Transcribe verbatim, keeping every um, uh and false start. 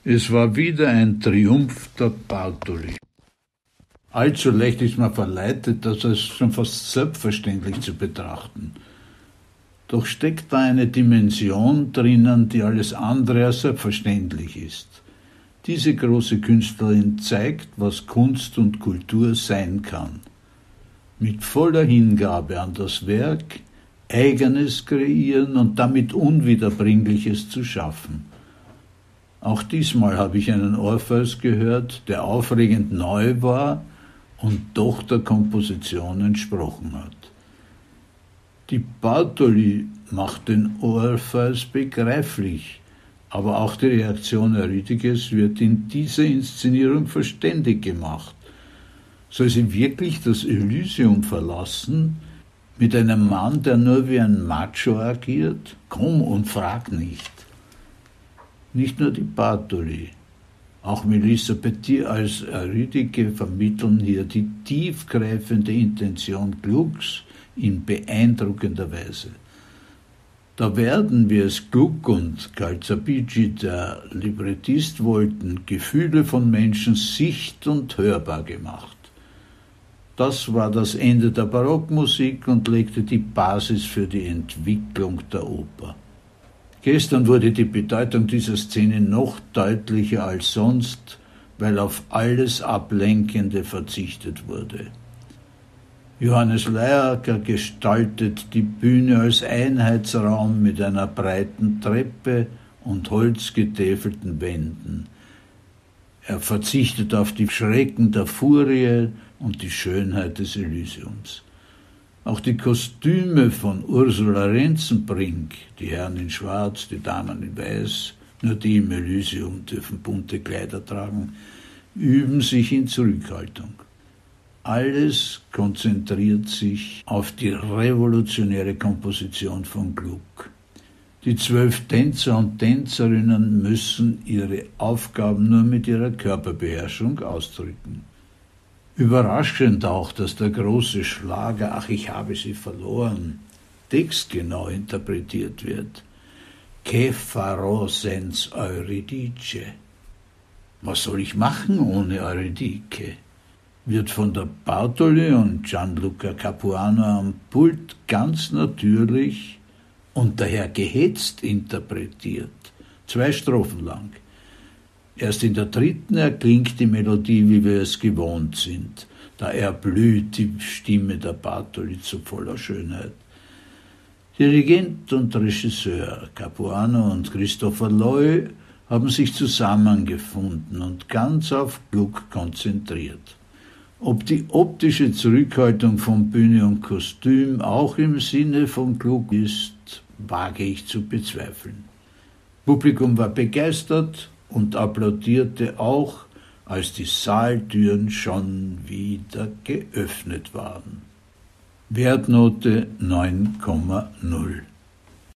Es war wieder ein Triumph der Bartoli. Allzu leicht ist man verleitet, das als schon fast selbstverständlich zu betrachten. Doch steckt da eine Dimension drinnen, die alles andere als selbstverständlich ist. Diese große Künstlerin zeigt, was Kunst und Kultur sein kann. Mit voller Hingabe an das Werk, Eigenes kreieren und damit Unwiederbringliches zu schaffen. Auch diesmal habe ich einen Orpheus gehört, der aufregend neu war und doch der Komposition entsprochen hat. Die Bartoli macht den Orpheus begreiflich, aber auch die Reaktion Eurydikes wird in dieser Inszenierung verständig gemacht. Soll sie wirklich das Elysium verlassen, mit einem Mann, der nur wie ein Macho agiert? Komm und frag nicht. Nicht nur die Bartoli, auch Melissa Petit als Eurydike vermitteln hier die tiefgreifende Intention Glucks in beeindruckender Weise. Da werden, wie es Gluck und Calzabigi, der Librettist, wollten, Gefühle von Menschen sicht- und hörbar gemacht. Das war das Ende der Barockmusik und legte die Basis für die Entwicklung der Oper. Gestern wurde die Bedeutung dieser Szene noch deutlicher als sonst, weil auf alles Ablenkende verzichtet wurde. Johannes Laerker gestaltet die Bühne als Einheitsraum mit einer breiten Treppe und holzgetäfelten Wänden. Er verzichtet auf die Schrecken der Furie und die Schönheit des Elysiums. Auch die Kostüme von Ursula Renzenbrink, die Herren in Schwarz, die Damen in Weiß, nur die im Elysium dürfen bunte Kleider tragen, üben sich in Zurückhaltung. Alles konzentriert sich auf die revolutionäre Komposition von Gluck. Die zwölf Tänzer und Tänzerinnen müssen ihre Aufgaben nur mit ihrer Körperbeherrschung ausdrücken. Überraschend auch, dass der große Schlager »Ach, ich habe sie verloren« textgenau interpretiert wird. »Che farò senza Euridice«? Was soll ich machen ohne Eurydike? Wird von der Bartoli und Gianluca Capuano am Pult ganz natürlich und daher gehetzt interpretiert, zwei Strophen lang. Erst in der dritten erklingt die Melodie, wie wir es gewohnt sind. Da erblüht die Stimme der Bartoli zu voller Schönheit. Dirigent und Regisseur Capuano und Christopher Loy haben sich zusammengefunden und ganz auf Gluck konzentriert. Ob die optische Zurückhaltung von Bühne und Kostüm auch im Sinne von Gluck ist, wage ich zu bezweifeln. Publikum war begeistert und applaudierte auch, als die Saaltüren schon wieder geöffnet waren. Wertnote neun Komma null.